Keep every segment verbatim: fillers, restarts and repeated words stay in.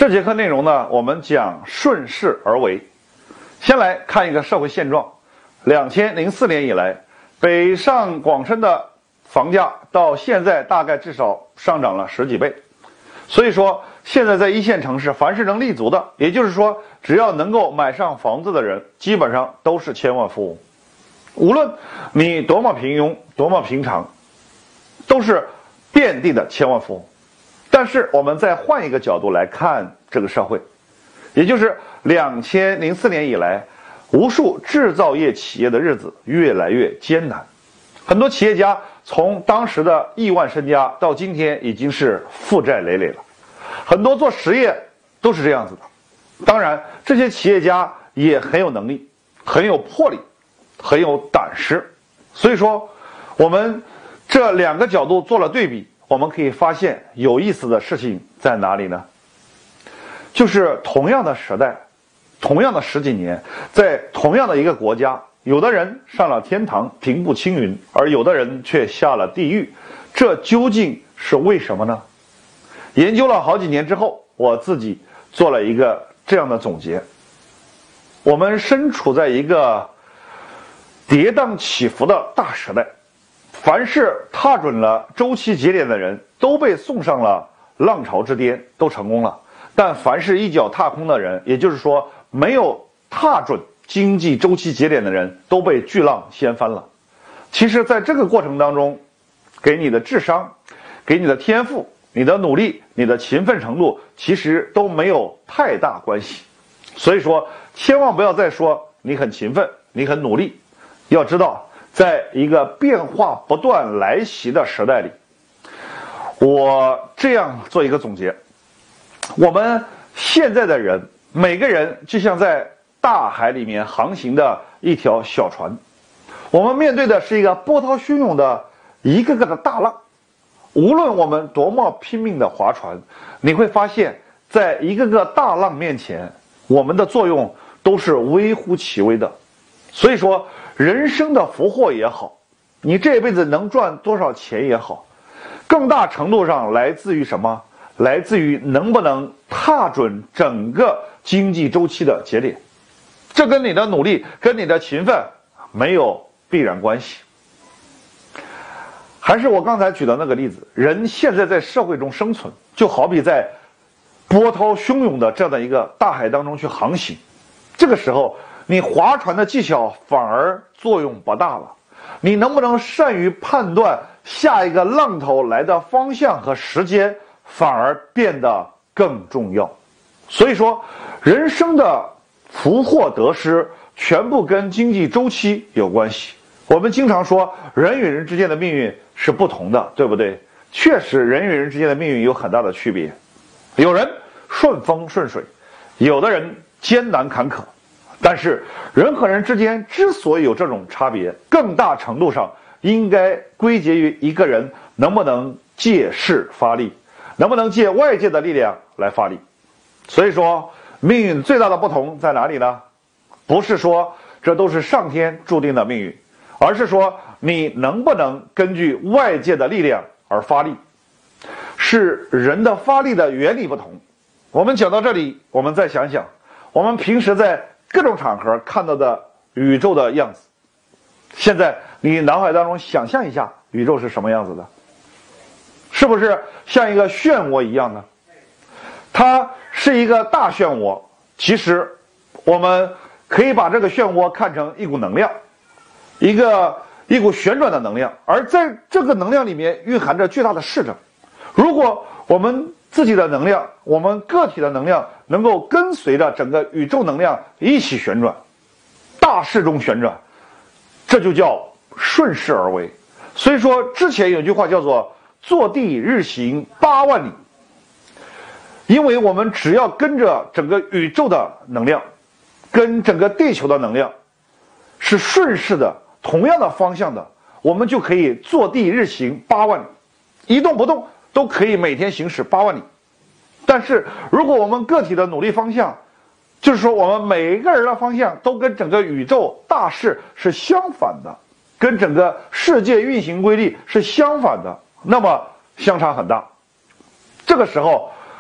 这节课内容呢，我们讲顺势而为。先来看一个社会现状：两千零四年以来，北上广深的房价到现在大概至少上涨了十几倍。所以说，现在在一线城市，凡是能立足的，也就是说，只要能够买上房子的人，基本上都是千万富翁。无论你多么平庸，多么平常，都是遍地的千万富翁。但是我们再换一个角度来看这个社会，也就是两千零四年以来，无数制造业企业的日子越来越艰难，很多企业家从当时的亿万身家到今天已经是负债累累了，很多做实业都是这样子的。当然，这些企业家也很有能力，很有魄力，很有胆识。所以说，我们这两个角度做了对比，我们可以发现有意思的事情在哪里呢？就是同样的时代，同样的十几年，在同样的一个国家，有的人上了天堂，平步青云，而有的人却下了地狱，这究竟是为什么呢？研究了好几年之后，我自己做了一个这样的总结。我们身处在一个跌宕起伏的大时代，凡是踏准了周期节点的人都被送上了浪潮之巅，都成功了。但凡是一脚踏空的人，也就是说没有踏准经济周期节点的人，都被巨浪掀翻了。其实在这个过程当中，给你的智商，给你的天赋，你的努力，你的勤奋程度，其实都没有太大关系。所以说，千万不要再说你很勤奋，你很努力。要知道，在一个变化不断来袭的时代里，我这样做一个总结：我们现在的人，每个人就像在大海里面航行的一条小船，我们面对的是一个波涛汹涌的一个个的大浪。无论我们多么拼命的划船，你会发现在一个个大浪面前，我们的作用都是微乎其微的。所以说，人生的福祸也好，你这辈子能赚多少钱也好，更大程度上来自于什么？来自于能不能踏准整个经济周期的节点。这跟你的努力，跟你的勤奋没有必然关系。还是我刚才举的那个例子，人现在在社会中生存，就好比在波涛汹涌的这样的一个大海当中去航行。这个时候，你划船的技巧反而作用不大了。你能不能善于判断下一个浪头来的方向和时间，反而变得更重要。所以说，人生的福祸得失全部跟经济周期有关系。我们经常说人与人之间的命运是不同的，对不对？确实，人与人之间的命运有很大的区别。有人顺风顺水，有的人艰难坎坷。但是人和人之间之所以有这种差别，更大程度上应该归结于一个人能不能借势发力，能不能借外界的力量来发力。所以说，命运最大的不同在哪里呢？不是说这都是上天注定的命运，而是说你能不能根据外界的力量而发力，是人的发力的原理不同。我们讲到这里，我们再想想，我们平时在各种场合看到的宇宙的样子，现在你脑海当中想象一下，宇宙是什么样子的？是不是像一个漩涡一样呢？它是一个大漩涡，其实我们可以把这个漩涡看成一股能量，一个一股旋转的能量，而在这个能量里面蕴含着巨大的势能。如果我们自己的能量，我们个体的能量能够跟随着整个宇宙能量一起旋转，大势中旋转，这就叫顺势而为。所以说，之前有句话叫做坐地日行八万里，因为我们只要跟着整个宇宙的能量，跟整个地球的能量是顺势的，同样的方向的，我们就可以坐地日行八万里，一动不动都可以每天行驶八万里。但是如果我们个体的努力方向，就是说我们每一个人的方向都跟整个宇宙大势是相反的，跟整个世界运行规律是相反的，那么相差很大。这个时候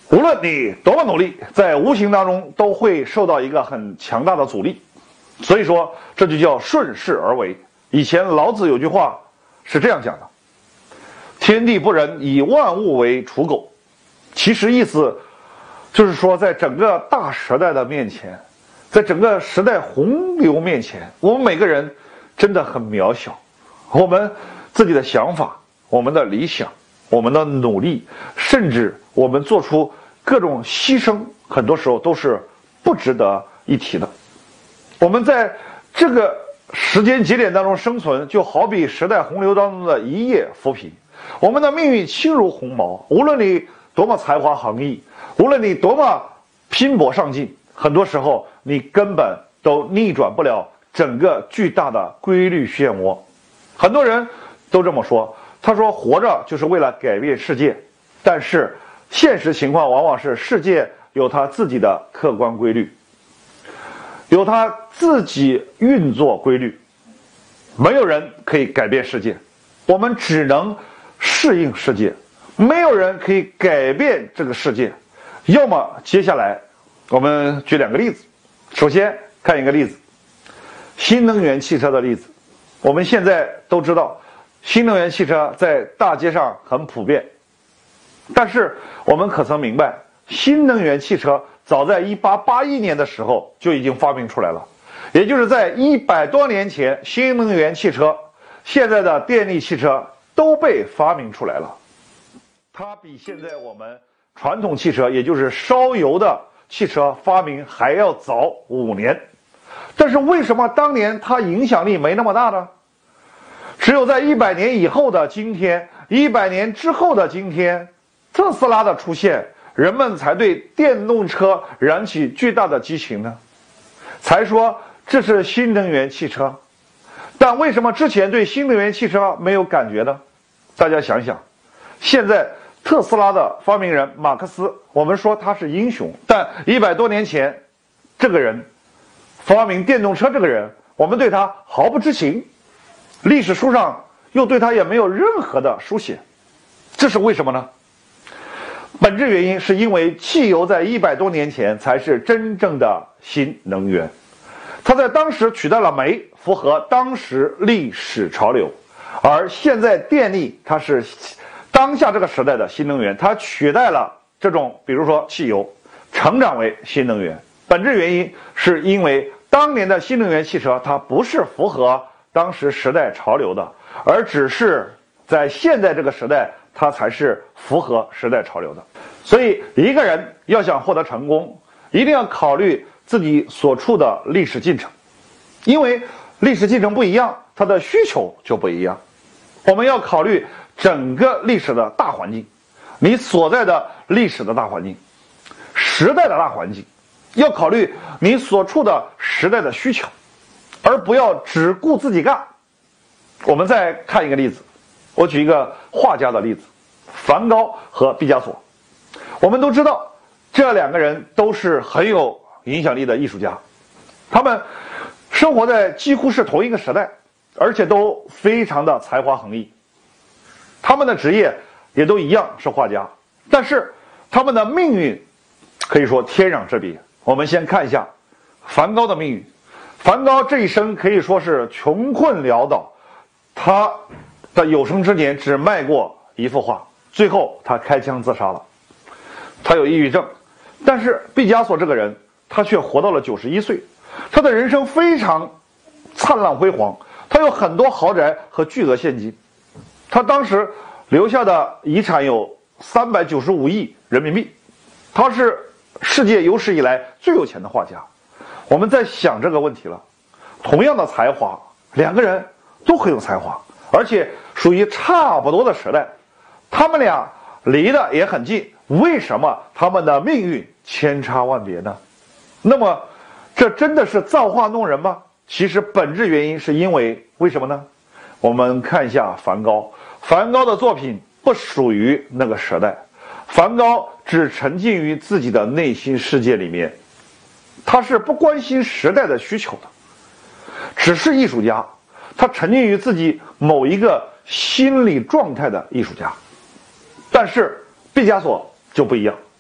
无论你多么努力，在无形当中都会受到一个很强大的阻力。所以说，这就叫顺势而为。以前老子有句话是这样讲的：天地不仁，以万物为刍狗。其实意思就是说，在整个大时代的面前，在整个时代洪流面前，我们每个人真的很渺小。我们自己的想法，我们的理想，我们的努力，甚至我们做出各种牺牲，很多时候都是不值得一提的。我们在这个时间节点当中生存，就好比时代洪流当中的一叶浮萍。我们的命运轻如鸿毛，无论你多么才华横溢，无论你多么拼搏上进，很多时候你根本都逆转不了整个巨大的规律漩涡。很多人都这么说，他说活着就是为了改变世界，但是现实情况往往是世界有它自己的客观规律，有它自己运作规律，没有人可以改变世界，我们只能适应世界，没有人可以改变这个世界。要么接下来我们举两个例子，首先看一个例子，新能源汽车的例子。我们现在都知道，新能源汽车在大街上很普遍，但是我们可曾明白，新能源汽车早在一八八一年的时候就已经发明出来了，也就是在一百多年前，新能源汽车、现在的电力汽车都被发明出来了。它比现在我们传统汽车，也就是烧油的汽车发明还要早五年。但是为什么当年它影响力没那么大呢？只有在一百年以后的今天，一百年之后的今天，特斯拉的出现，人们才对电动车燃起巨大的激情呢，才说这是新能源汽车。但为什么之前对新能源汽车没有感觉呢？大家想想，现在特斯拉的发明人马克思，我们说他是英雄，但一百多年前，这个人发明电动车这个人，我们对他毫不知情，历史书上又对他也没有任何的书写，这是为什么呢？本质原因是因为汽油在一百多年前才是真正的新能源，它在当时取代了煤，符合当时历史潮流，而现在电力它是当下这个时代的新能源，它取代了这种比如说汽油，成长为新能源。本质原因是因为当年的新能源汽车它不是符合当时时代潮流的，而只是在现在这个时代它才是符合时代潮流的。所以一个人要想获得成功，一定要考虑自己所处的历史进程，因为历史进程不一样，它的需求就不一样。我们要考虑整个历史的大环境，你所在的历史的大环境，时代的大环境，要考虑你所处的时代的需求，而不要只顾自己干。我们再看一个例子，我举一个画家的例子，梵高和毕加索。我们都知道，这两个人都是很有影响力的艺术家，他们生活在几乎是同一个时代，而且都非常的才华横溢。他们的职业也都一样是画家，但是他们的命运可以说天壤之别。我们先看一下梵高的命运。梵高这一生可以说是穷困潦倒，他的有生之年只卖过一幅画，最后他开枪自杀了。他有抑郁症，但是毕加索这个人，他却活到了九十一岁，他的人生非常灿烂辉煌，他有很多豪宅和巨额现金，他当时留下的遗产有三百九十五亿人民币，他是世界有史以来最有钱的画家。我们在想这个问题了，同样的才华，两个人都很有才华，而且属于差不多的时代，他们俩离得也很近，为什么他们的命运千差万别呢？那么这真的是造化弄人吗？其实本质原因是因为为什么呢？我们看一下梵高，梵高的作品不属于那个时代，梵高只沉浸于自己的内心世界里面，他是不关心时代的需求的，只是艺术家，他沉浸于自己某一个心理状态的艺术家。但是毕加索就不一样，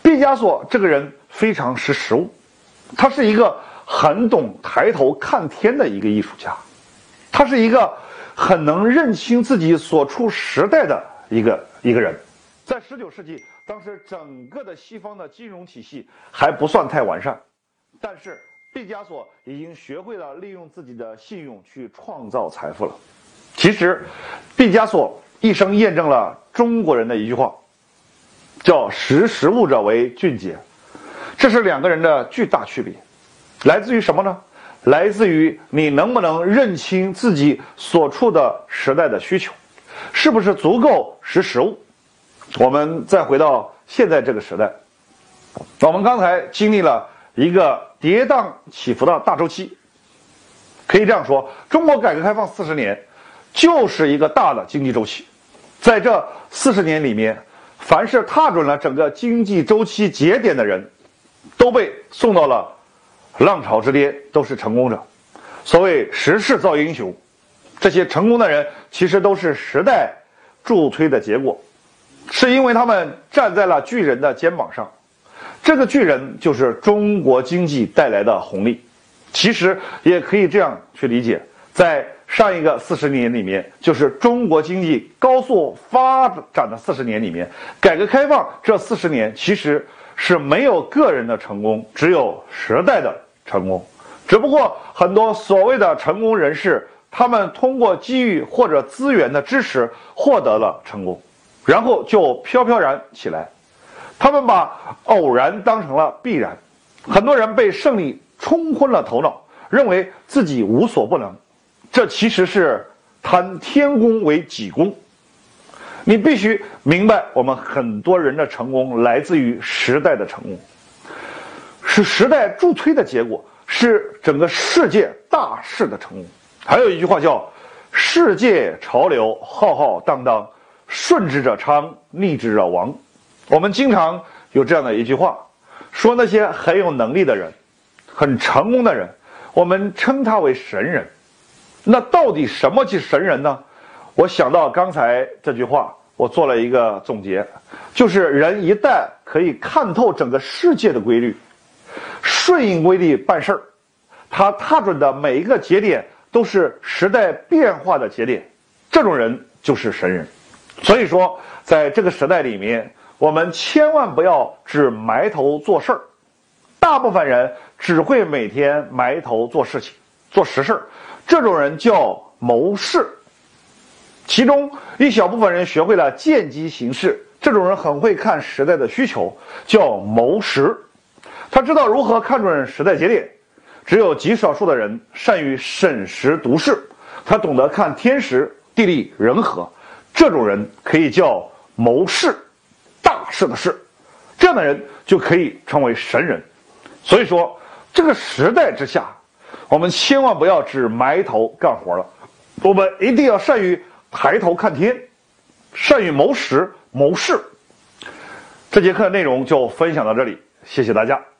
毕加索这个人非常识时务，他是一个很懂抬头看天的一个艺术家，他是一个很能认清自己所处时代的一个一个人。在十九世纪，当时整个的西方的金融体系还不算太完善，但是毕加索已经学会了利用自己的信用去创造财富了。其实，毕加索一生验证了中国人的一句话，叫识时务者为俊杰。这是两个人的巨大区别，来自于什么呢？来自于你能不能认清自己所处的时代的需求，是不是足够识时务。我们再回到现在这个时代，我们刚才经历了一个跌宕起伏的大周期，可以这样说，中国改革开放四十年就是一个大的经济周期。在这四十年里面，凡是踏准了整个经济周期节点的人，都被送到了浪潮之巅，都是成功者。所谓时势造英雄，这些成功的人其实都是时代助推的结果，是因为他们站在了巨人的肩膀上。这个巨人就是中国经济带来的红利。其实也可以这样去理解，在上一个四十年里面，就是中国经济高速发展的四十年里面，改革开放这四十年其实是没有个人的成功，只有时代的成功。只不过很多所谓的成功人士，他们通过机遇或者资源的支持获得了成功，然后就飘飘然起来。他们把偶然当成了必然，很多人被胜利冲昏了头脑，认为自己无所不能。这其实是谈天公为己功。你必须明白，我们很多人的成功来自于时代的成功，是时代助推的结果，是整个世界大势的成功。还有一句话叫世界潮流浩浩荡荡，顺之者昌，逆之者亡。我们经常有这样的一句话，说那些很有能力的人，很成功的人，我们称他为神人。那到底什么是神人呢？我想到刚才这句话，我做了一个总结，就是人一旦可以看透整个世界的规律，顺应规律办事儿，他踏准的每一个节点都是时代变化的节点，这种人就是神人。所以说，在这个时代里面，我们千万不要只埋头做事儿。大部分人只会每天埋头做事情，做实事儿，这种人叫谋士。其中一小部分人学会了见机行事，这种人很会看时代的需求，叫谋时。他知道如何看准时代节点。只有极少数的人善于审时度势，他懂得看天时地利人和，这种人可以叫谋士，大事的事。这样的人就可以成为神人。所以说，这个时代之下，我们千万不要只埋头干活了，我们一定要善于抬头看天，善于谋时谋事。这节课的内容就分享到这里，谢谢大家。